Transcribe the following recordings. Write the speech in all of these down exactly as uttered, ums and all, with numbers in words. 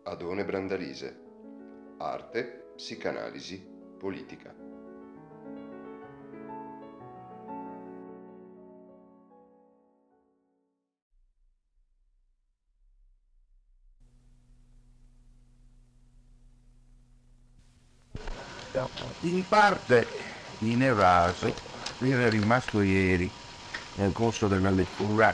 Adone Brandalise. Arte, psicanalisi, politica. In parte inevase era rimasto ieri nel corso della lettura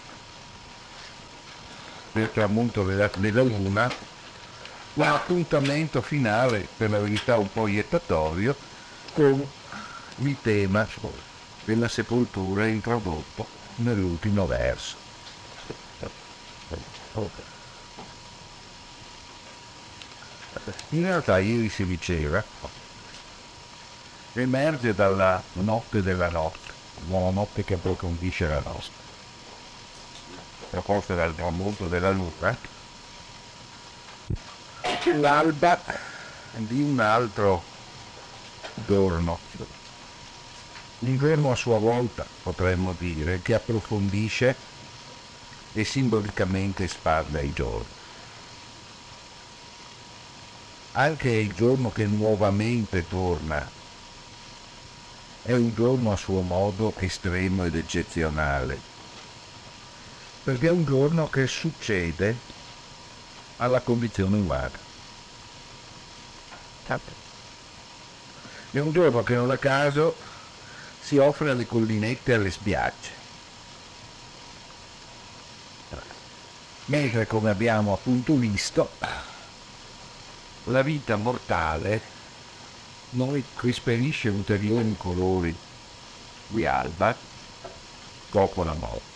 del tramonto della, della luna, l'appuntamento finale, per la verità un po' iettatorio, con il tema della sepoltura introdotto nell'ultimo verso. In realtà ieri si diceva, emerge dalla notte della notte, una notte che approfondisce la nostra, per forza dal tramonto della luna, l'alba di un altro giorno. L'inverno a sua volta, potremmo dire, che approfondisce e simbolicamente sparda i giorni. Anche il giorno che nuovamente torna è un giorno a suo modo estremo ed eccezionale, perché è un giorno che succede alla condizione umana. È un giorno che non a caso si offre alle collinette e alle spiagge, mentre, come abbiamo appunto visto, la vita mortale non risperisce ulteriori colori di alba dopo la morte.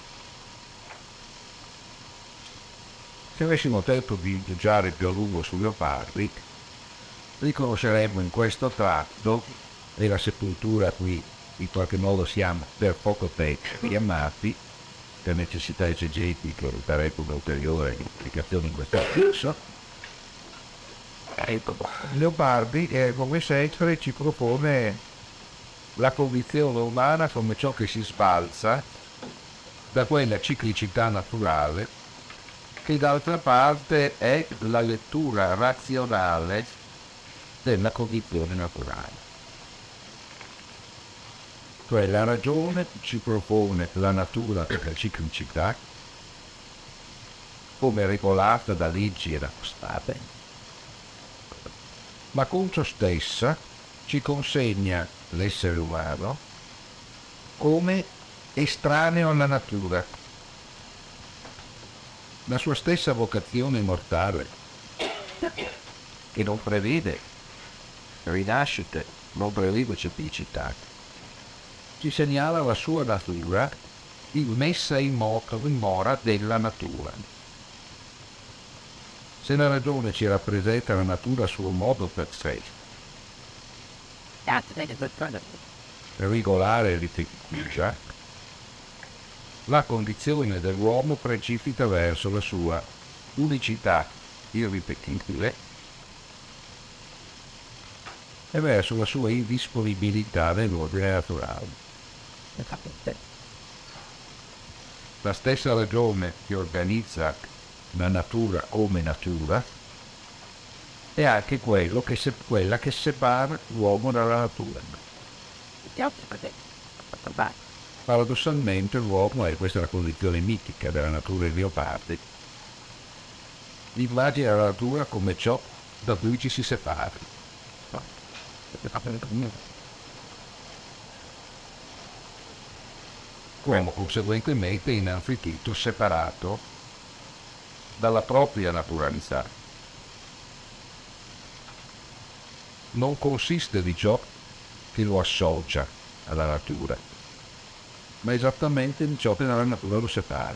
Se avessimo tempo di viaggiare più a lungo su Leopardi, riconosceremmo in questo tratto, e la sepoltura qui in qualche modo siamo per poco tempo chiamati, per necessità esegetiche darebbe un'ulteriore indicazione in questo senso. Leopardi, eh, come sempre, ci propone la condizione umana come ciò che si sbalza da quella ciclicità naturale che d'altra parte è la lettura razionale della condizione naturale. Cioè la ragione ci propone la natura della ciclicità come regolata da leggi e da costate, ma con ciò stessa ci consegna l'essere umano come estraneo alla natura. La sua stessa vocazione mortale, che non prevede rinascite, non prevede ciclicità, ci segnala la sua natura immessa in moto, in mora della natura. Se la ragione ci rappresenta la natura a suo modo per sé, regolare e ritribuisce, la condizione dell'uomo precipita verso la sua unicità irripetibile e verso la sua indisponibilità nell'ordine naturale. La stessa ragione che organizza la natura come natura è anche quello che se, quella che separa l'uomo dalla natura. Paradossalmente l'uomo, e questa è la condizione mitica della natura dei leopardi, immagina la natura come ciò da cui ci si separa. L'uomo conseguentemente innanzitutto separato dalla propria naturalità. Non consiste di ciò che lo associa alla natura, ma esattamente di ciò che dalla natura lo separa.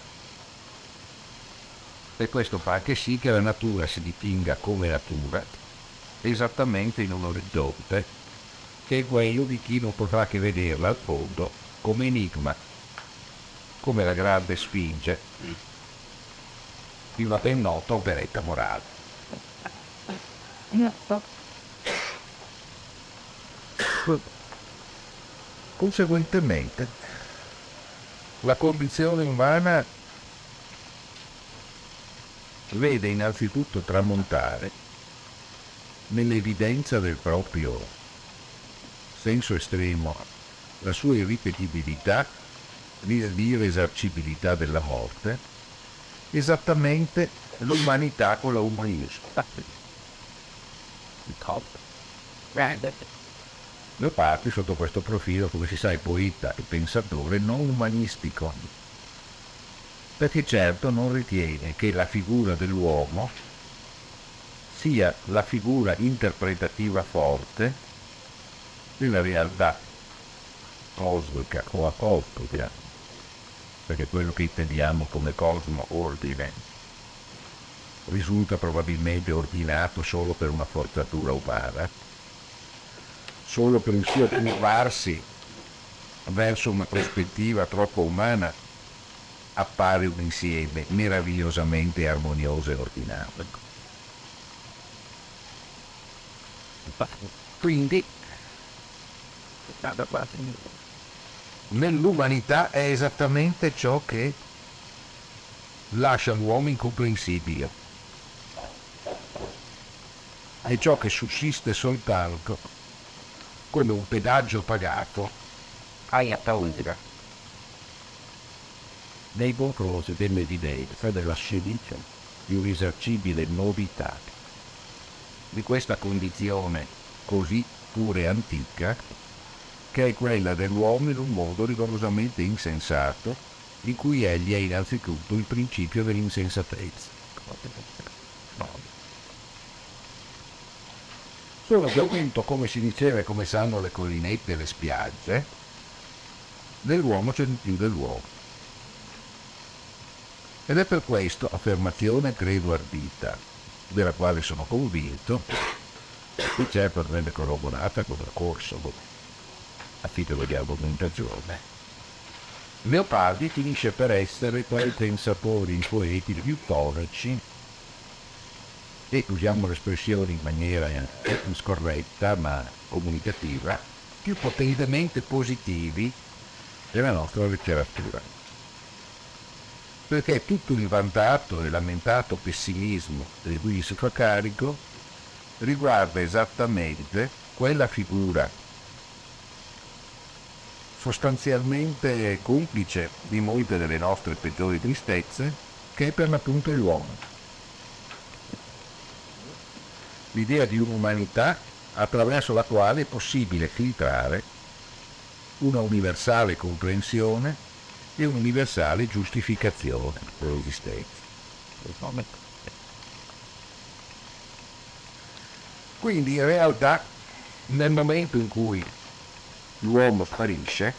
E questo fa anche sì che la natura si dipinga come natura, esattamente in un orizzonte che è quello di chi non potrà che vederla al fondo come enigma, come la grande Sfinge di una ben nota operetta morale. Conseguentemente, la condizione umana vede innanzitutto tramontare nell'evidenza del proprio senso estremo la sua irripetibilità, l'irreversibilità della morte, esattamente l'umanità con la umanismo. Leopardi sotto questo profilo, come si sa, è poeta e pensatore non umanistico, perché certo non ritiene che la figura dell'uomo sia la figura interpretativa forte della realtà cosmica o acosmica, perché quello che intendiamo come cosmo ordine risulta probabilmente ordinato solo per una forzatura umana, solo per il suo curvarsi verso una prospettiva troppo umana appare un insieme meravigliosamente armonioso e ordinato. Quindi nell'umanità è esattamente ciò che lascia l'uomo incomprensibile, è ciò che sussiste soltanto come un pedaggio pagato ai paura nei confronti dell'evidenza della scienza di un'irriversibile novità di questa condizione così pure antica, che è quella dell'uomo in un mondo rigorosamente insensato, di cui egli è innanzitutto il principio dell'insensatezza. Solo che appunto, come si diceva e come sanno le collinette e le spiagge, dell'uomo c'è di più dell'uomo. Ed è per questo affermazione credo ardita, della quale sono convinto, che certo andrebbe corroborata con il corso a titolo di argomentazione. Leopardi finisce per essere tra i pensatori, i poeti più tonaci e, usiamo l'espressione in maniera scorretta ma comunicativa, più potentemente positivi della nostra letteratura. Perché tutto il vantato e lamentato pessimismo di cui si fa carico riguarda esattamente quella figura sostanzialmente complice di molte delle nostre peggiori tristezze, che è per l'appunto l'uomo. L'idea di un'umanità attraverso la quale è possibile filtrare una universale comprensione e un'universale giustificazione dell'esistenza. Quindi in realtà nel momento in cui l'uomo sparisce,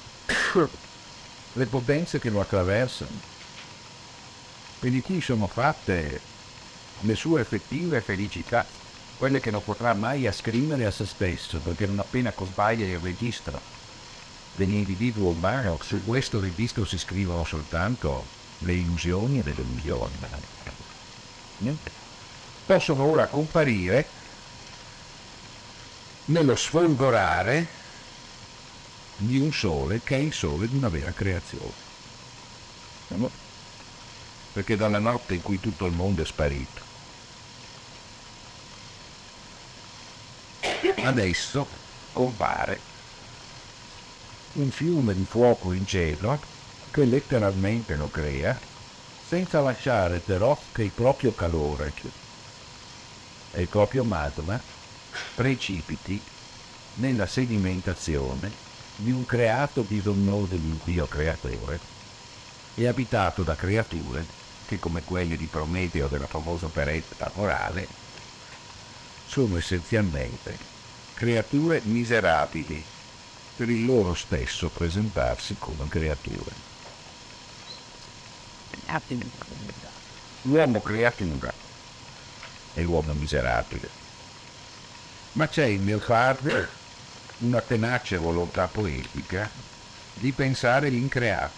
le potenze che lo attraversano, per di cui sono fatte le sue effettive felicità, quelle che non potrà mai ascrivere a se stesso, perché non appena sbaglia il registro dell'individuo umano, su questo registro si scrivono soltanto le illusioni e le delusioni. Possono ora comparire nello sfolgorare di un sole che è il sole di una vera creazione. Perché dalla notte in cui tutto il mondo è sparito, adesso compare un fiume di fuoco in cielo che letteralmente lo crea, senza lasciare però che il proprio calore e il proprio magma precipiti nella sedimentazione di un creato bisognoso di un Dio creatore e abitato da creature che, come quelle di Prometeo della famosa operetta morale, sono essenzialmente creature miserabili per il loro stesso presentarsi come creature. L'uomo creatura è l'uomo miserabile, ma c'è in Leopardi una tenace volontà poetica di pensare l'increato.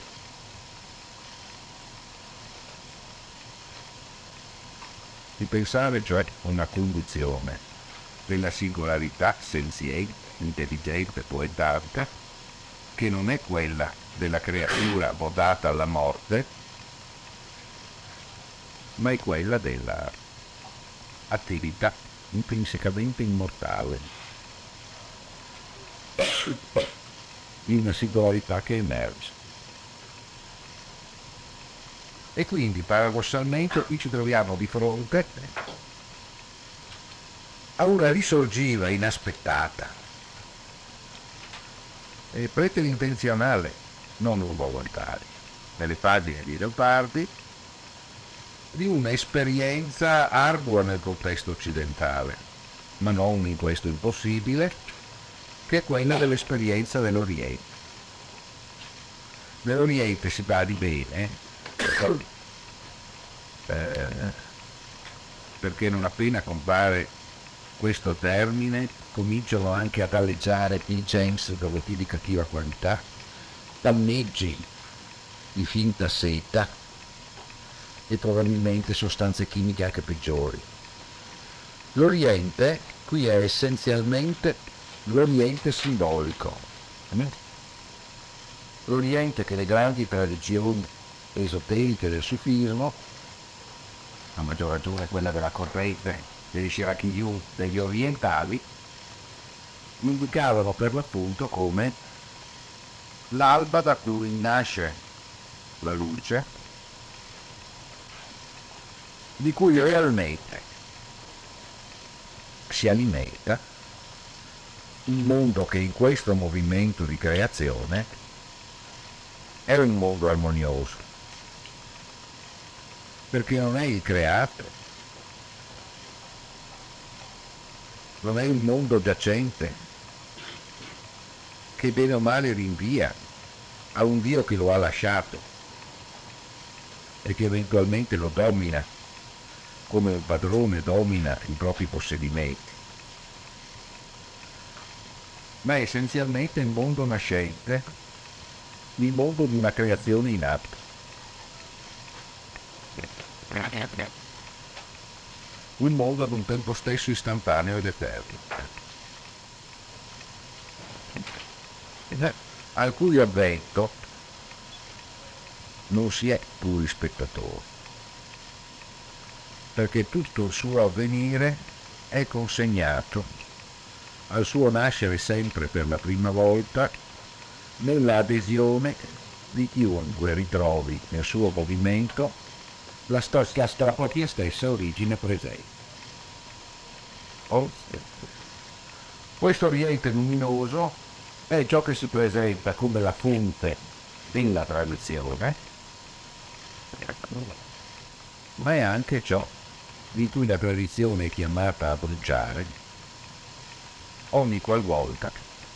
Di pensare cioè una condizione della singolarità senziente, intelligente, poetica, che non è quella della creatura votata alla morte, ma è quella della attività intrinsecamente immortale, in una singolarità che emerge. E quindi paradossalmente qui ci troviamo di fronte a una risorgiva inaspettata e preterintenzionale, non volontaria, nelle pagine di Leopardi, di un'esperienza ardua nel contesto occidentale, ma non in questo impossibile, che è quella dell'esperienza dell'Oriente. Nell'Oriente si badi bene, eh, perché non appena compare questo termine cominciano anche ad alleggiare Vincenzo prodotti di cattiva qualità, danneggi di finta seta e probabilmente sostanze chimiche anche peggiori. L'Oriente qui è essenzialmente l'Oriente simbolico, l'Oriente che le grandi tradizioni esoteriche del sufismo, a maggior ragione quella della corrente degli Shirakiyu degli orientali, indicavano per l'appunto come l'alba da cui nasce la luce, di cui realmente si alimenta il mondo che in questo movimento di creazione è un mondo armonioso, perché non è il creato, non è il mondo giacente, che bene o male rinvia a un Dio che lo ha lasciato e che eventualmente lo domina come un padrone domina i propri possedimenti, ma è essenzialmente il mondo nascente, il mondo di una creazione in atto. Un mondo ad un tempo stesso istantaneo ed eterno, al cui avvento non si è puri spettatori, perché tutto il suo avvenire è consegnato al suo nascere sempre per la prima volta nell'adesione di chiunque ritrovi nel suo movimento la storia propria stessa origine presente. Oh, questo Oriente luminoso è ciò che si presenta come la fonte della tradizione, ma è anche ciò di cui la tradizione è chiamata a bruciare ogni qualvolta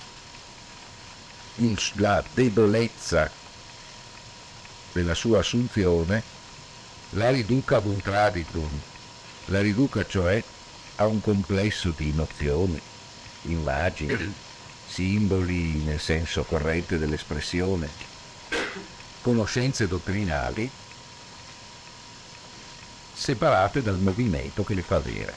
la debolezza della sua assunzione la riduca ad un traditum, la riduca cioè a un complesso di nozioni, immagini, simboli nel senso corrente dell'espressione, conoscenze dottrinali separate dal movimento che le fa avere.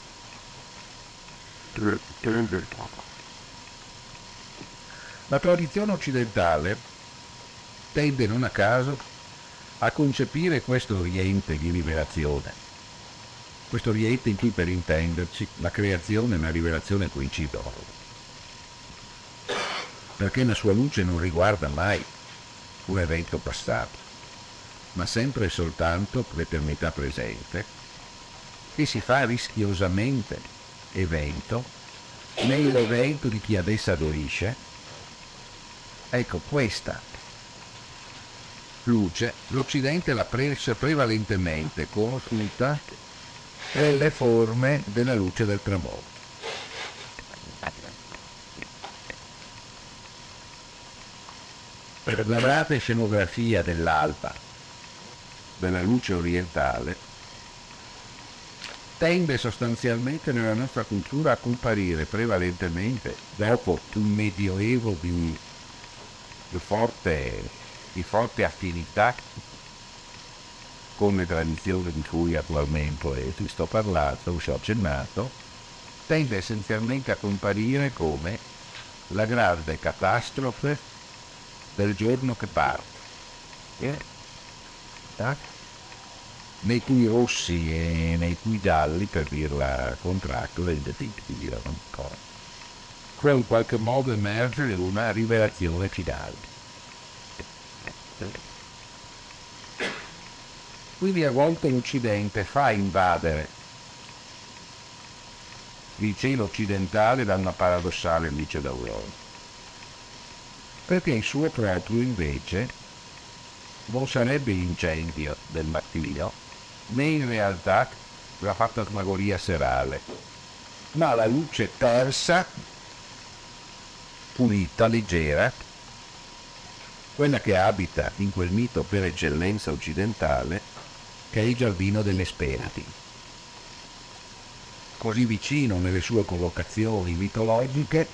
La tradizione occidentale tende non a caso a concepire questo Oriente di liberazione, questo Oriente in cui, per intenderci, la creazione e la rivelazione coincidono, perché la sua luce non riguarda mai un evento passato, ma sempre e soltanto l'eternità presente, che si fa rischiosamente evento nell'evento di chi ad essa aderisce. Ecco, questa luce l'Occidente l'ha presa prevalentemente conosciuta nelle forme della luce del tramonto. Per la rara scenografia dell'alba della luce orientale tende sostanzialmente nella nostra cultura a comparire prevalentemente dopo un medioevo di, di, forte, di forte affinità con le tradizioni di cui attualmente ti sto parlando, ci ho accennato, tende essenzialmente a comparire come la grande catastrofe del giorno che parte. Eh? nei cui rossi e nei cui gialli, per dirla contratto, del detective, ancora. Cioè in qualche modo emerge una rivelazione finale. Quindi a volte l'Occidente fa invadere il cielo occidentale da una paradossale luce d'aurora, perché il suo proprio invece non sarebbe l'incendio del mattino, né in realtà la fantasmagoria serale, ma la luce tersa, pulita, leggera, quella che abita in quel mito per eccellenza occidentale che è il giardino delle Sperati, così vicino nelle sue collocazioni mitologiche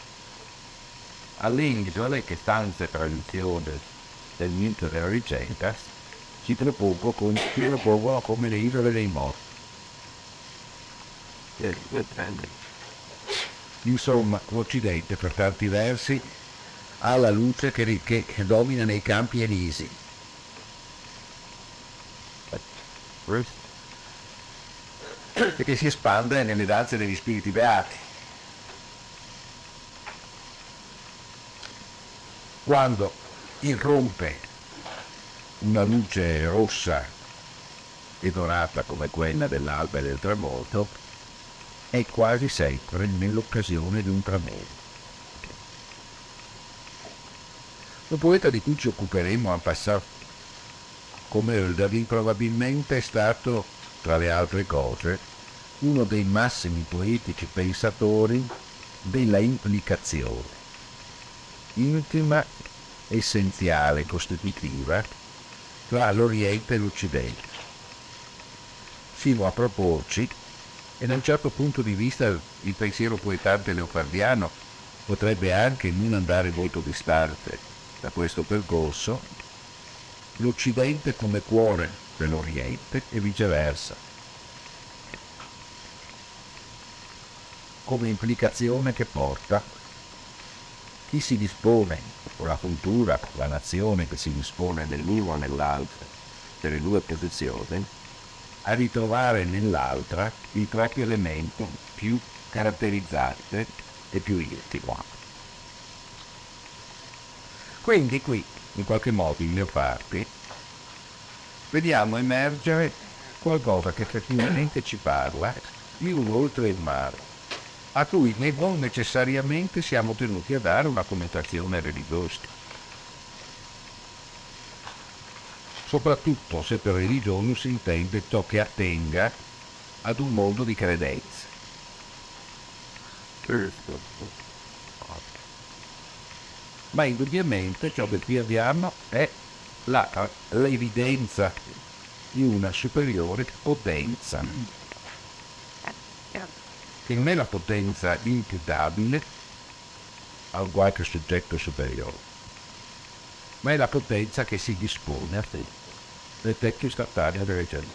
alle insolite stanze tradizioni del mito della ricetta, si propongono con, si propongono come le isole dei morti. Insomma, l'Occidente per tanti versi ha la luce che, che, che domina nei campi elisi. E che si espande nelle danze degli spiriti beati. Quando irrompe una luce rossa e dorata come quella dell'alba e del tramonto, è quasi sempre nell'occasione di un tramonto. Il poeta di cui ci occuperemo a passare come Hölderlin probabilmente è stato, tra le altre cose, uno dei massimi poetici pensatori della implicazione intima, essenziale, costitutiva tra l'Oriente e l'Occidente, fino a proporci, e da un certo punto di vista il pensiero poetante leopardiano potrebbe anche non andare molto distante da questo percorso, l'Occidente come cuore dell'Oriente e viceversa, come implicazione che porta chi si dispone, o la cultura, la nazione che si dispone nell'uno o nell'altra delle due posizioni, a ritrovare nell'altra i propri elementi più caratterizzanti e più intimo. Quindi qui, in qualche modo, in Leopardi, vediamo emergere qualcosa che effettivamente ci parla di un oltre il mare, a cui non necessariamente siamo tenuti a dare una connotazione religiosa, soprattutto se per religione si intende ciò che attenga ad un mondo di credenze. Ma indubbiamente ciò che qui abbiamo è la, l'evidenza di una superiore potenza, che non è la potenza imputabile a un qualche soggetto superiore, ma è la potenza che si dispone a te, le tecniche statali a regione.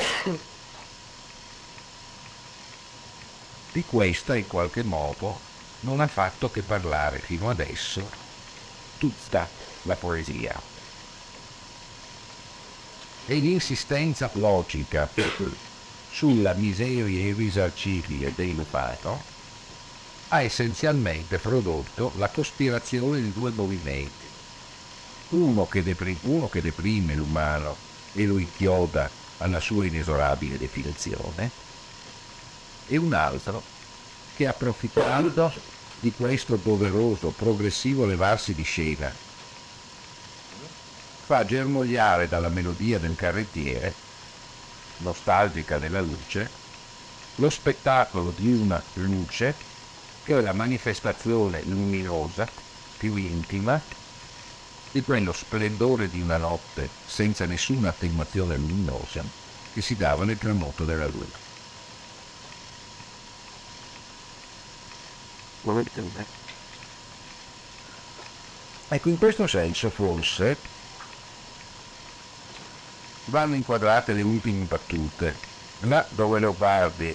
Di questa, in qualche modo, non ha fatto che parlare fino adesso tutta la poesia. E l'insistenza logica sulla miseria irrisarcibile dell'umano ha essenzialmente prodotto la cospirazione di due movimenti, uno che, deprim- uno che deprime l'umano e lo inchioda alla sua inesorabile definizione, e un altro che, approfittando di questo doveroso, progressivo levarsi di scena, fa germogliare dalla melodia del carrettiere, nostalgica della luce, lo spettacolo di una luce che è la manifestazione luminosa, più intima, di quello splendore di una notte senza nessuna attenuazione luminosa che si dava nel tramonto della luna. Ecco, in questo senso forse vanno inquadrate le ultime battute, là dove Leopardi,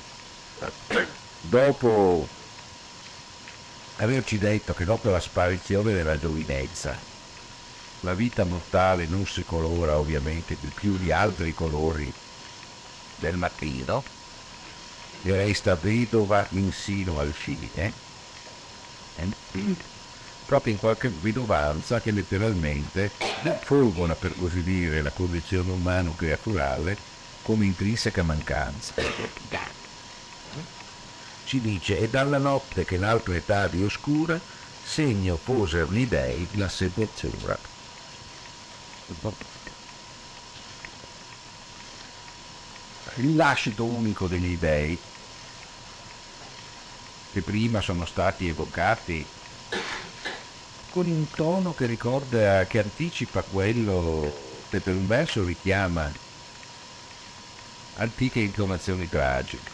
dopo averci detto che dopo la sparizione della giovinezza la vita mortale non si colora ovviamente di più di altri colori del mattino e resta vedova insino al fine, e proprio in qualche vedovanza che letteralmente frugono, per così dire, la condizione umano-creaturale come intrinseca mancanza. Ci dice: e dalla notte che l'altra età di oscura segno poser gli dei la sepoltura. Il lascito unico degli dei, che prima sono stati evocati con un tono che ricorda, che anticipa quello che per un verso richiama antiche intonazioni tragiche.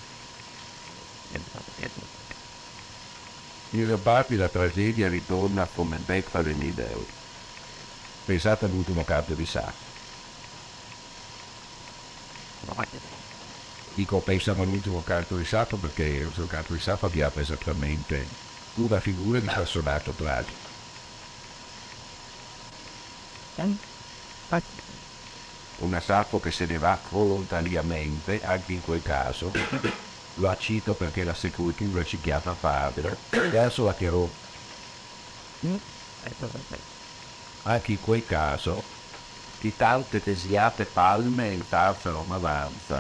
In Reparti la tragedia ritorna come beffa degli dei. Pensate all'ultimo canto di Sacco. Dico pensano all'ultimo canto di Sacco perché l'ultimo canto di Sacco abbiamo esattamente una figura di personaggio tragico. Una Sacco che se ne va volontariamente, anche in quel caso, lo cito perché la scrittura ci chiama padre, verso la Cherò. Anche in quel caso, di tante desiate palme il tartaro avanza.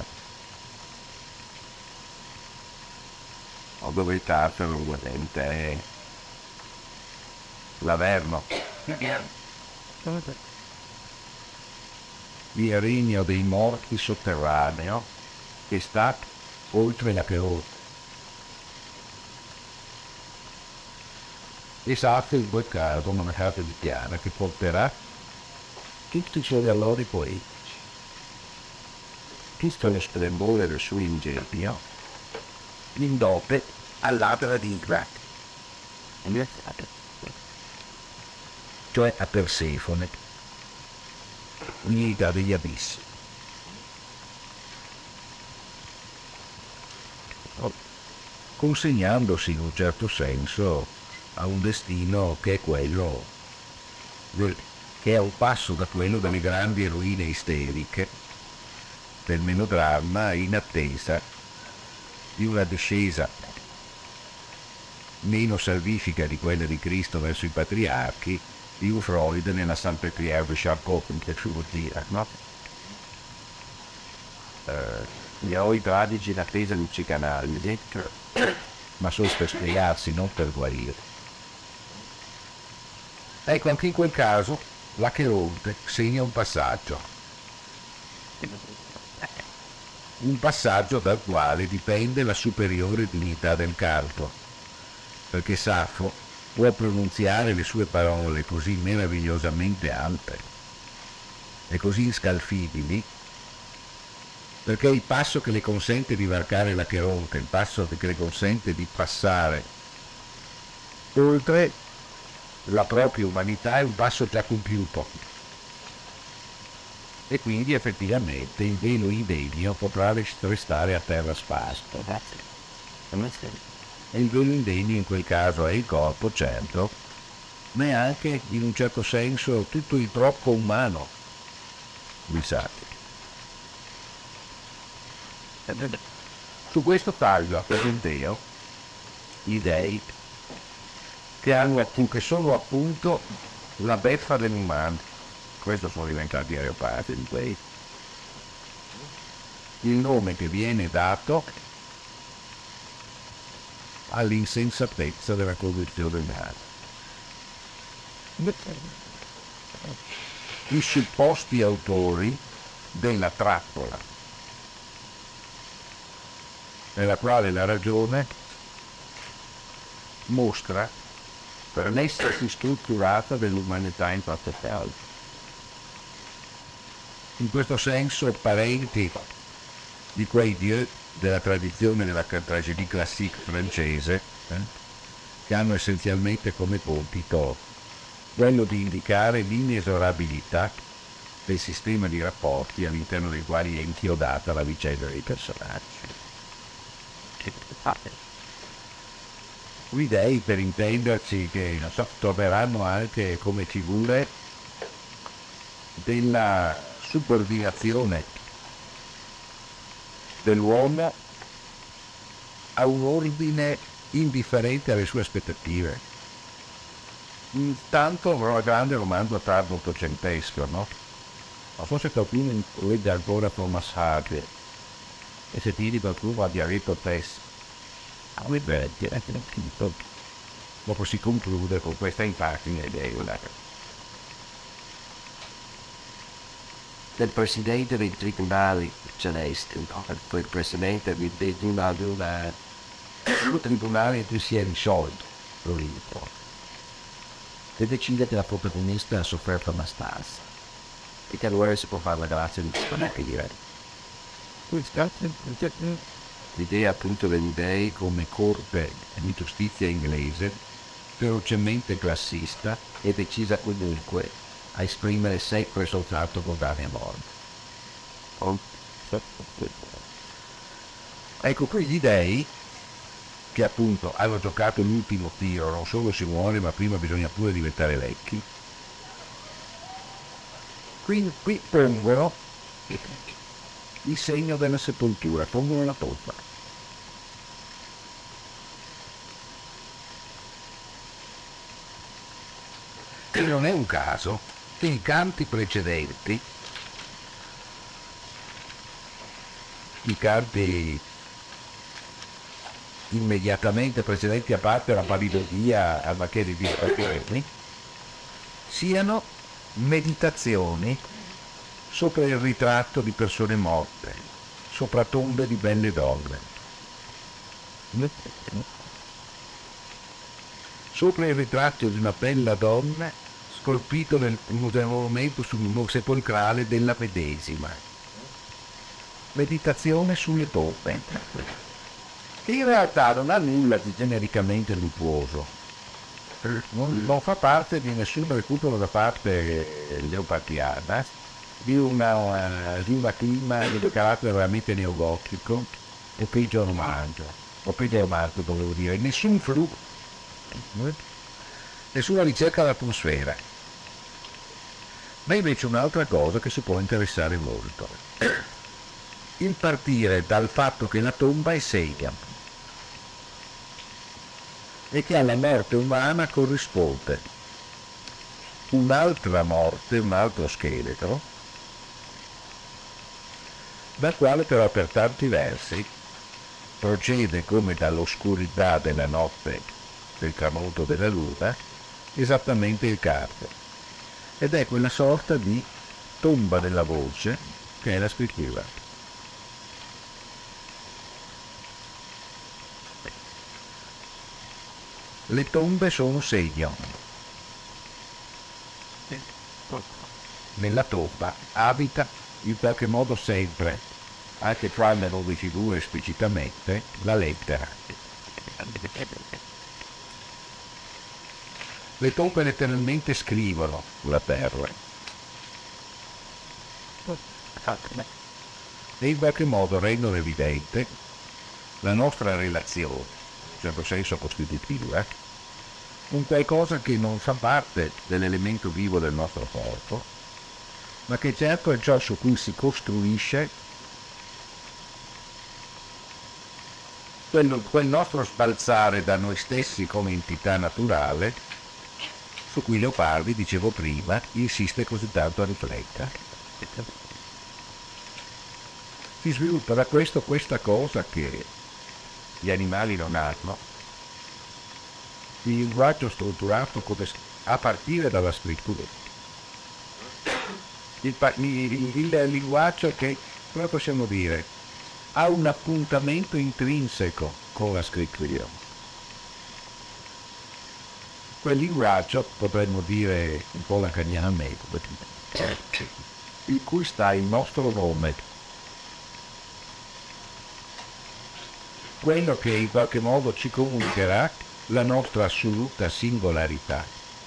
O dove il tartaro ovviamente è l'Averno. Il regno dei morti sotterraneo che sta oltre la Cherò. Esatto, in quel caso una carta di Chiara che porterà tutti i suoi valori poetici, tutto lo splendore del suo ingegno, in dote all'opera di Ingrato, cioè a Persefone, unità degli abissi. Consegnandosi in un certo senso a un destino che è quello del, che è a un passo da quello delle grandi eroine isteriche del melodramma, in attesa di una discesa meno salvifica di quella di Cristo verso i patriarchi, di un Freud nella Sainte Prière de Charcot, che ci vuol dire, no? Uh, gli eroi tragici in attesa di psicanalisi, ma solo per spiegarsi, non per guarire. Ecco, anche in quel caso la Cheronte segna un passaggio. Un passaggio dal quale dipende la superiore dignità del canto, perché Saffo può pronunziare le sue parole così meravigliosamente alte e così inscalfibili, perché il passo che le consente di varcare la Cheronte, il passo che le consente di passare oltre la propria umanità, è un passo già compiuto. E quindi effettivamente il velo indegno potrà restare a terra spasto. E il velo indegno in quel caso è il corpo, certo, ma è anche in un certo senso tutto il troppo umano, pensate. Su questo taglio presenteo gli dei che, hanno, che sono appunto la beffa dell'umano. Questo sono diventati aeroparti di quei. Il nome che viene dato all'insensatezza della condizione umana. I supposti autori della trappola, nella quale la ragione mostra per l'essere strutturata dell'umanità in parte altre. In questo senso parenti di quei dieux della tradizione della tragédie classique francese, eh, che hanno essenzialmente come compito quello di indicare l'inesorabilità del sistema di rapporti all'interno dei quali è inchiodata la vicenda dei personaggi. Gli dei, per intenderci, che non so, troveranno anche come figure della subordinazione dell'uomo a un ordine indifferente alle sue aspettative. Intanto una grande romanzo tardo ottocentesco, no? Ma forse qualcuno legge ancora Thomas Hardy e se ti di qualcuno abbia letto testo. A me vede, dopo si conclude con questa immagine della del presidente dei tribunali celesti, no? Il presidente del tribunale il tribunale si è risolto lo libro e decide che la protagonista ha sofferto abbastanza e che allora si può fare la grazia di disponibile. L'idea appunto degli dei come corte di giustizia inglese, ferocemente classista e decisa comunque a esprimere sempre soltanto condanne a morte. Ecco, quegli dei che appunto hanno giocato l'ultimo tiro, non solo si muore ma prima bisogna pure diventare vecchi, quindi qui pongono il segno della sepoltura, pongono la tomba. E non è un caso che i canti precedenti, i canti immediatamente precedenti a parte la palidodia al Maccheri di Spaghetti, siano meditazioni sopra il ritratto di persone morte, sopra tombe di belle donne, sopra il ritratto di una bella donna scolpito nel monumento sul sepolcrale della medesima. Meditazione sulle tombe, che in realtà non ha nulla di genericamente luttuoso, non, non fa parte di nessun recupero da parte leopardiana di una, di una clima di carattere veramente neogotico o peggio romanzo, o peggio romanzo dovevo dire, nessun flusso, nessuna ricerca d'atmosfera, ma invece un'altra cosa che si può interessare molto, il partire dal fatto che la tomba è sedia e che alla morte umana corrisponde un'altra morte, un altro scheletro, dal quale però per tanti versi procede come dall'oscurità della notte del tramonto della luna esattamente il carte, ed è quella sorta di tomba della voce che è la scrittura. Le tombe sono segno. Nella tomba abita in qualche modo sempre, anche quando non vi figura esplicitamente, la lettera. Le tombe letteralmente scrivono sulla terra. E in qualche modo rendono evidente la nostra relazione, in certo senso costitutiva, un qualcosa che non fa parte dell'elemento vivo del nostro corpo, ma che certo è ciò su cui si costruisce quel, quel nostro sbalzare da noi stessi come entità naturale, su cui Leopardi, dicevo prima, insiste così tanto a riflettere. Si sviluppa da questo questa cosa che gli animali non hanno, il linguaggio strutturato come, a partire dalla scrittura. Il, il, il, il linguaggio che, come possiamo dire, ha un appuntamento intrinseco con la scrittura. Quel linguaggio, potremmo dire un po' lacanianamente, in cui sta il nostro nome, quello che in qualche modo ci comunicherà la nostra assoluta singolarità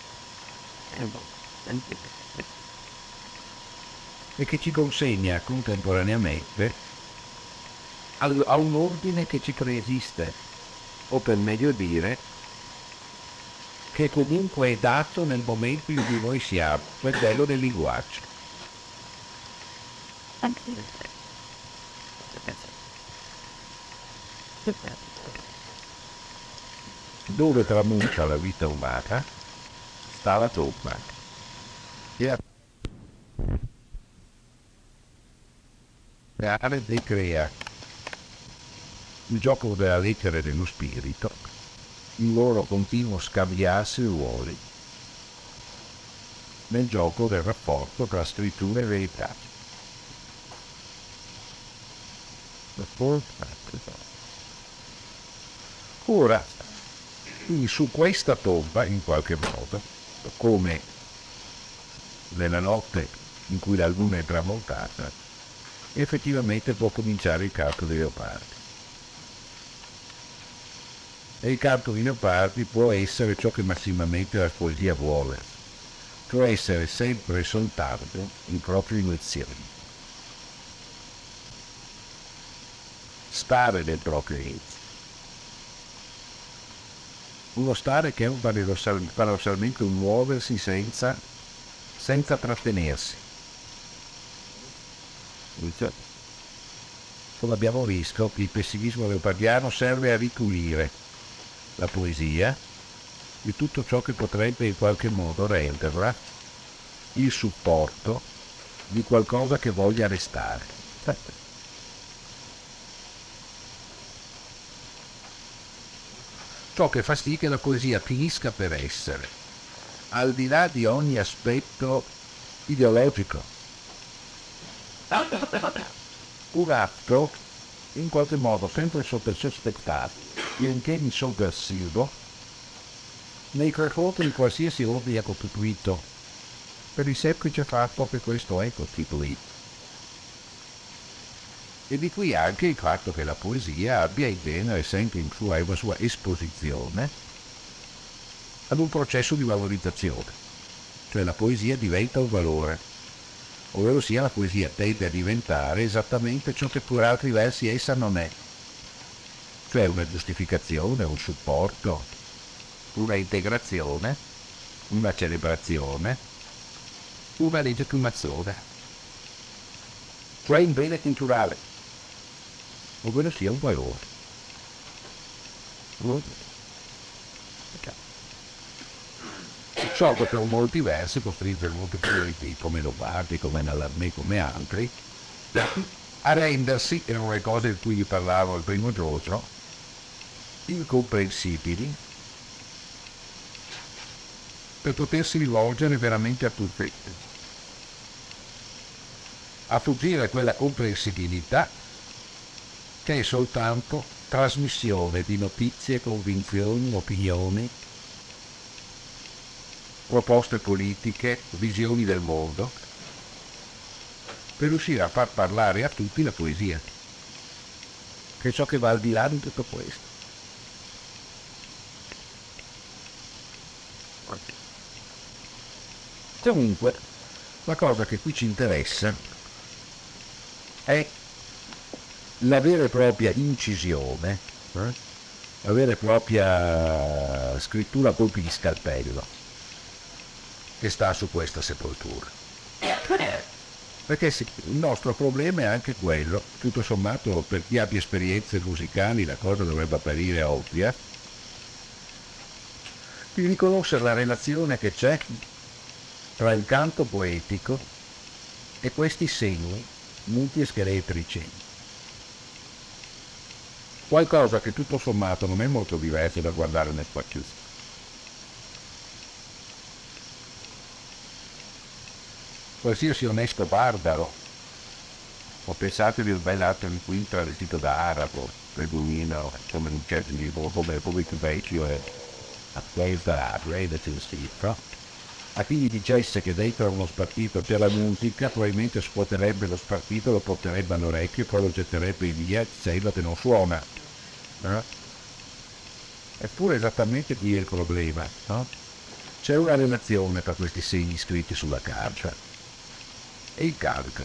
e che ci consegna contemporaneamente a un ordine che ci preesiste, o per meglio dire che comunque è dato nel momento in cui noi siamo, quello del linguaggio. Dove tramonta la vita umana sta la tomba. E a creare e crea il gioco della lettera e dello spirito, il loro continuo scambiarsi ruoli nel gioco del rapporto tra scrittura e verità. Ora, quindi su questa tomba, in qualche modo, come nella notte in cui la luna è tramontata, effettivamente può cominciare il canto dei leopardi. E il canto dei leopardi può essere ciò che massimamente la poesia vuole, cioè essere sempre e soltanto in proprie iniezioni. Stare nel proprio inizio. Uno stare che è un paradossal, paradossalmente un muoversi senza, senza trattenersi. Come abbiamo visto, il pessimismo leopardiano serve a ripulire la poesia di tutto ciò che potrebbe in qualche modo renderla il supporto di qualcosa che voglia restare. Ciò che fa sì che la poesia finisca per essere, al di là di ogni aspetto ideologico, un atto in qualche modo sempre sotto il suo spettacolo, benché di sovversivo, nei confronti di qualsiasi ordine costituito, per il semplice fatto che questo è costituito. E di qui anche il fatto che la poesia abbia in genere sempre in sua, una sua esposizione ad un processo di valorizzazione, cioè la poesia diventa un valore, ovvero sia la poesia tende a diventare esattamente ciò che per altri versi essa non è, cioè una giustificazione, un supporto, una integrazione, una celebrazione, una legittimazione, cioè un bene culturale, ovvero sia un valore. Ciò che per molti versi costringe molti poeti come Leopardi, come Mallarmé, come altri, a rendersi, erano le cose di cui vi parlavo il primo giorno, incomprensibili per potersi rivolgere veramente a tutti, a fuggire quella comprensibilità che è soltanto trasmissione di notizie, convinzioni, opinioni, proposte politiche, visioni del mondo, per riuscire a far parlare a tutti la poesia, che è ciò che va al di là di tutto questo. Comunque, la cosa che qui ci interessa è la vera e propria incisione, eh? la vera e propria scrittura proprio di scalpello che sta su questa sepoltura. Perché sì, il nostro problema è anche quello, tutto sommato per chi abbia esperienze musicali la cosa dovrebbe apparire ovvia, di riconoscere la relazione che c'è tra il canto poetico e questi segni multischeletrici. Qualcosa che tutto sommato non è molto diverso da guardare nel facciuto. Qualsiasi onesto barbaro, o pensate di un bel atto in cui travestito da arabo, beduino, come un certo libro, come il pubblico vecchio e a questa a breve no? A chi gli dicesse che dentro uno spartito per la musica, probabilmente scuoterebbe lo spartito, lo porterebbe all'orecchio e poi lo getterebbe via, dicendo che non suona. No? Eppure esattamente qui è il problema, no? C'è una relazione tra questi segni scritti sulla carta e il calca.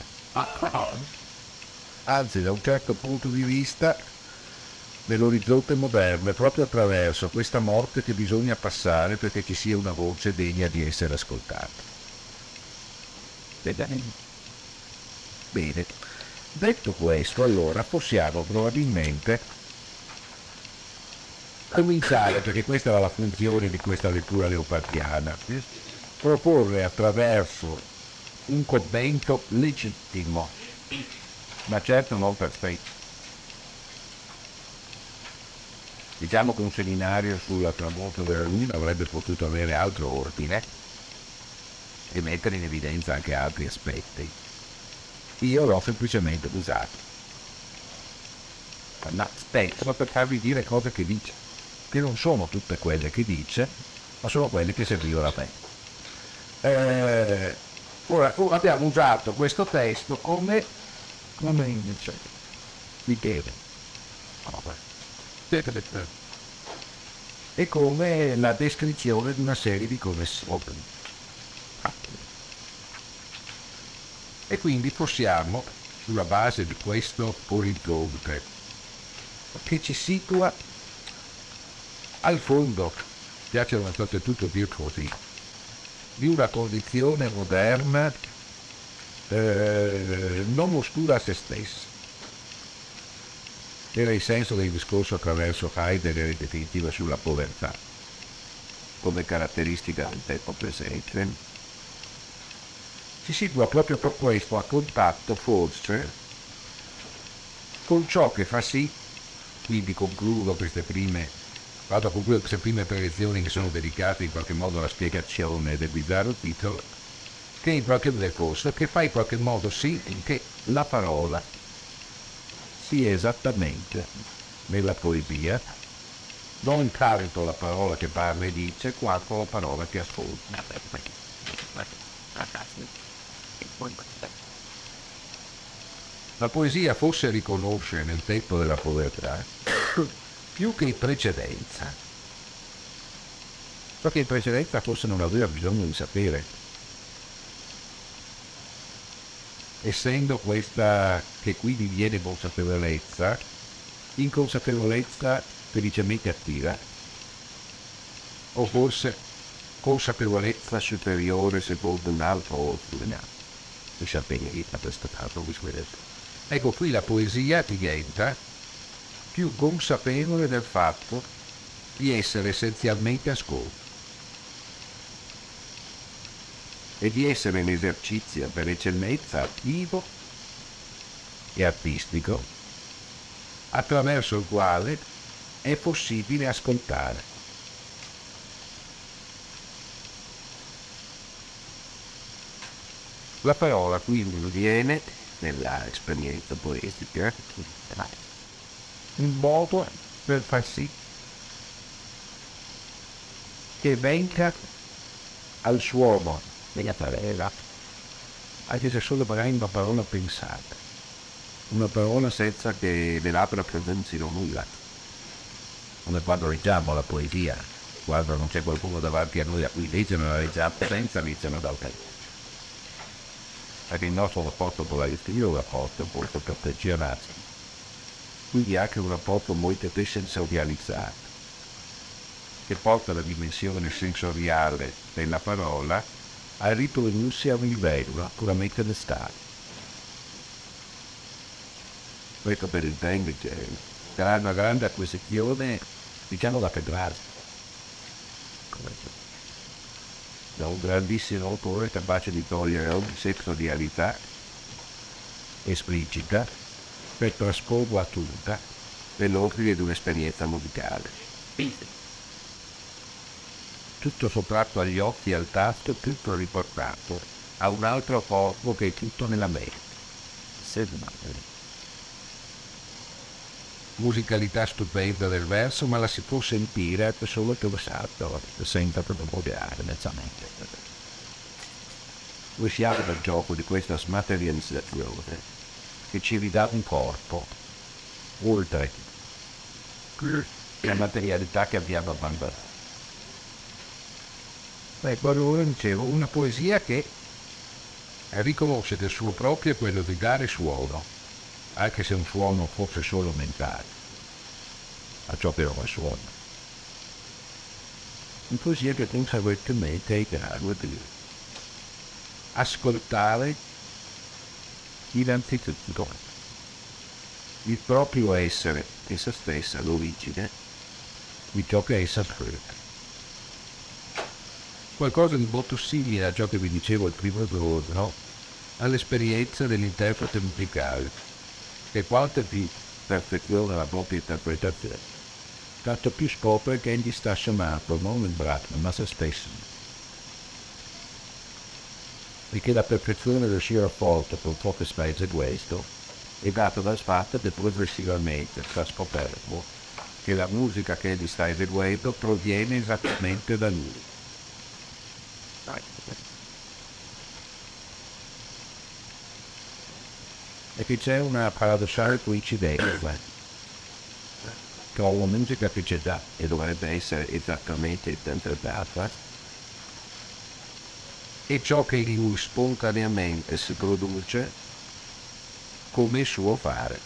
Anzi, da un certo punto di vista, nell'orizzonte moderno è proprio attraverso questa morte che bisogna passare perché ci sia una voce degna di essere ascoltata. Bene, detto questo, allora possiamo probabilmente cominciare, perché questa era la funzione di questa lettura leopardiana, proporre attraverso un commento legittimo, ma certo non perfetto. Diciamo che un seminario sulla tramonto della luna avrebbe potuto avere altro ordine e mettere in evidenza anche altri aspetti. Io l'ho semplicemente usato. Ma aspetta, per farvi dire cose che dice, che non sono tutte quelle che dice, ma sono quelle che servivano a me. Eh, ora, abbiamo usato questo testo come, come invece di chiede. E come la descrizione di una serie di connessioni. E quindi possiamo, sulla base di questo orizzonte, che ci situa al fondo, piacciono state tutto dire così, di una condizione moderna eh, non oscura a se stessa. Era il senso del discorso attraverso Heidegger in definitiva sulla povertà, come caratteristica del tempo presente. Si situa proprio per questo a contatto, forse, con ciò che fa sì, quindi concludo queste prime, vado a concludere queste prime tre lezioni che sono dedicate in qualche modo alla spiegazione del bizzarro titolo, che in qualche modo che fa in qualche modo sì che la parola sia esattamente nella poesia, non tanto la parola che parla e dice, quanto la parola che ascolta. La poesia forse riconosce nel tempo della povertà più che in precedenza, perché in precedenza forse non aveva bisogno di sapere, essendo questa che qui diviene consapevolezza, inconsapevolezza felicemente attiva, o forse consapevolezza superiore secondo un altro ordine. Ecco, qui la poesia diventa più consapevole del fatto di essere essenzialmente ascolto e di essere un esercizio per eccellenza attivo e artistico attraverso il quale è possibile ascoltare. La parola quindi viene nella esperienza poetica un modo per far sì che venga al suono della parola, anche se solo magari una parola pensata, una parola senza che le labbra presenzino nulla, come quando leggiamo la poesia, quando non c'è qualcuno davanti a noi a cui leggono la leggiamo senza iniziano dal tempo. Perché il nostro rapporto con la lettura è un rapporto molto perfezionato, quindi anche un rapporto molto desensorializzato, che porta la dimensione sensoriale della parola a riprodursi a un livello puramente d'estate. Questo per intendere che sarà una grande acquisizione, diciamo da federale, da un grandissimo autore capace di togliere ogni sensorialità esplicita per trasporla tutta nell'ordine di un'esperienza musicale. Tutto sottratto agli occhi e al tasto, tutto riportato a un altro corpo che è tutto nella mente. Musicalità stupenda del verso, ma la si può sentire solo che lo salto, senta proprio moderare nettamente. Usciamo dal gioco di questa smaterializzazione che ci ridà un corpo, oltre la materialità che abbiamo abbandonato. Ecco, allora dicevo, una poesia che riconosce del suo proprio quello di dare suono, anche se un suono fosse solo mentale, a ciò che non è suono. Una poesia che conseguentemente è in grado di ascoltare innanzitutto il proprio essere e se stessa, l'origine, di ciò che essa crede. Qualcosa di molto simile a ciò che vi dicevo il primo giorno, all'esperienza dell'interprete musicale, che quanto più perfeziona la propria interpretazione, tanto più scopre che egli sta chiamando non il brano, ma se stesso. E che la perfezione del riuscire forte con poche spese questo è data dal fatto che progressivamente sta scoperto che la musica che egli sta eseguendo proviene esattamente da lui. E che c'è una paradossale coincidenza, che ho una musica che c'è già e dovrebbe essere esattamente interpretata, e ciò che lui spontaneamente si produce come suo fare.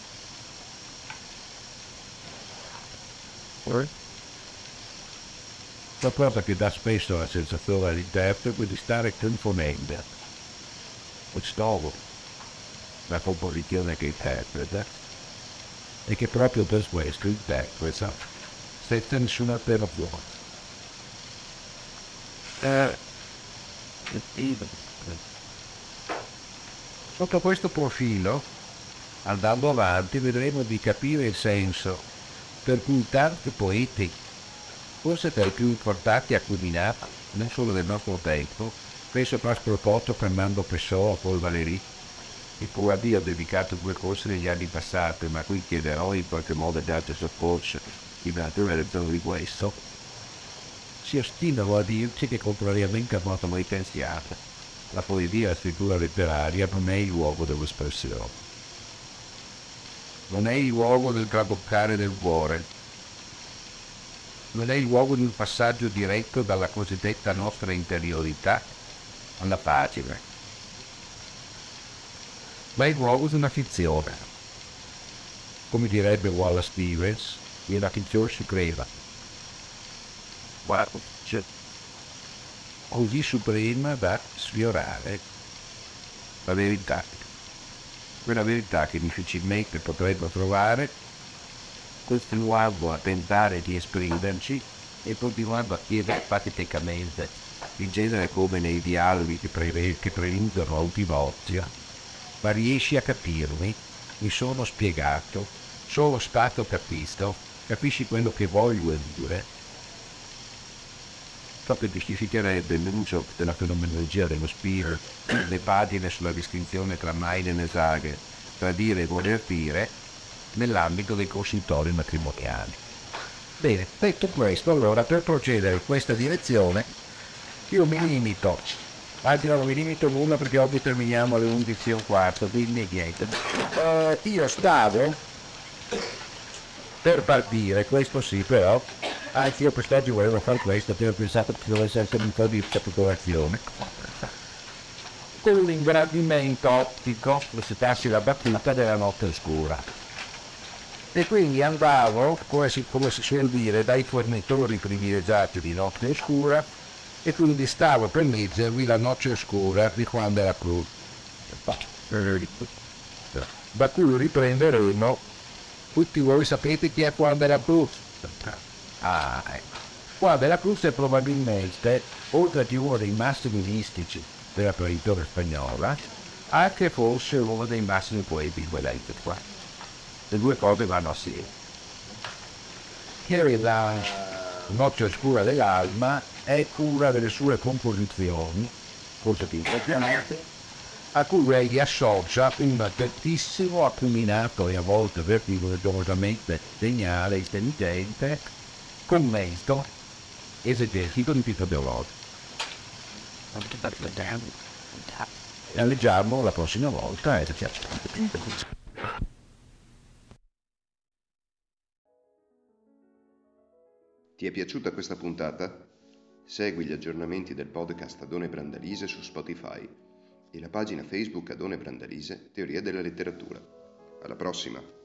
La cosa che dà spesso la sensazione all'interprete di stare componendo questo la composizione che interpreta, e che proprio per questo interpreta senza nessuna alterazione. Eh, sotto questo profilo, andando avanti, vedremo di capire il senso per cui tanti poeti, forse tra i più importanti a culminare, non solo del nostro tempo, penso a Pasquale Fernando Pessoa, Paul Valéry, il cui avvio ha dedicato due corsi negli anni passati, ma qui chiederò in qualche modo date soccorso in natura del tono di questo, si ostinano a dirci che, contrariamente a quanto mai pensiate, la poesia e la scrittura letteraria non è il luogo dell'espressione, non è il luogo del traboccare del cuore, non è il luogo di un passaggio diretto dalla cosiddetta nostra interiorità alla pagina, ma è il luogo di una fizione. Come direbbe Wallace Stevens, nella fizione si crea. Guarda, c'è così suprema da sfiorare la verità, quella verità che difficilmente potremmo trovare continuando a tentare di esprimerci e continuando a chiedere pateticamente, in genere come nei dialoghi che, pre- che preludono a ultim'ozia, ma riesci a capirmi? Mi sono spiegato, sono stato capito, capisci quello che voglio dire? Ciò che giustificherebbe l'uso della fenomenologia dello spirito, le pagine sulla distinzione tra Meinen e Sage, tra dire e voler dire, nell'ambito dei consultori matrimoniali. Bene, detto questo, allora per procedere in questa direzione, io mi limito, anzi non mi limito nulla perché oggi terminiamo alle undici e un quarto, quindi niente. Uh, io stavo per partire, questo sì però, anche io quest'oggi volevo fare questo, perché ho pensato che dovesse essere un po' di capitolazione. Con un ingrandimento ottico, se passi la battuta della notte oscura. E quindi andavo, come si, come si suol dire, dai fornitori privilegiati di notte oscura, e quindi stavo per leggervi la notte oscura di Juan de la Cruz. Da cui riprenderemo. Tutti voi sapete chi è Juan de la Cruz? Ah, ecco. Juan de la Cruz è probabilmente, oltre che uno dei massimi mistici della tradizione spagnola, anche forse uno dei massimi poeti di quell'epoca qua. Le due cose vanno assieme. Che la notte oscura dell'alma è cura delle sue composizioni, cosa che impressionante, a cui lei associa un altissimo, accominato e a volte vertiginosamente geniale, intelligente, commento esegetico di tipo teologico. La leggiamo la prossima volta e ci piace. Ti è piaciuta questa puntata? Segui gli aggiornamenti del podcast Adone Brandalise su Spotify e la pagina Facebook Adone Brandalise Teoria della letteratura. Alla prossima!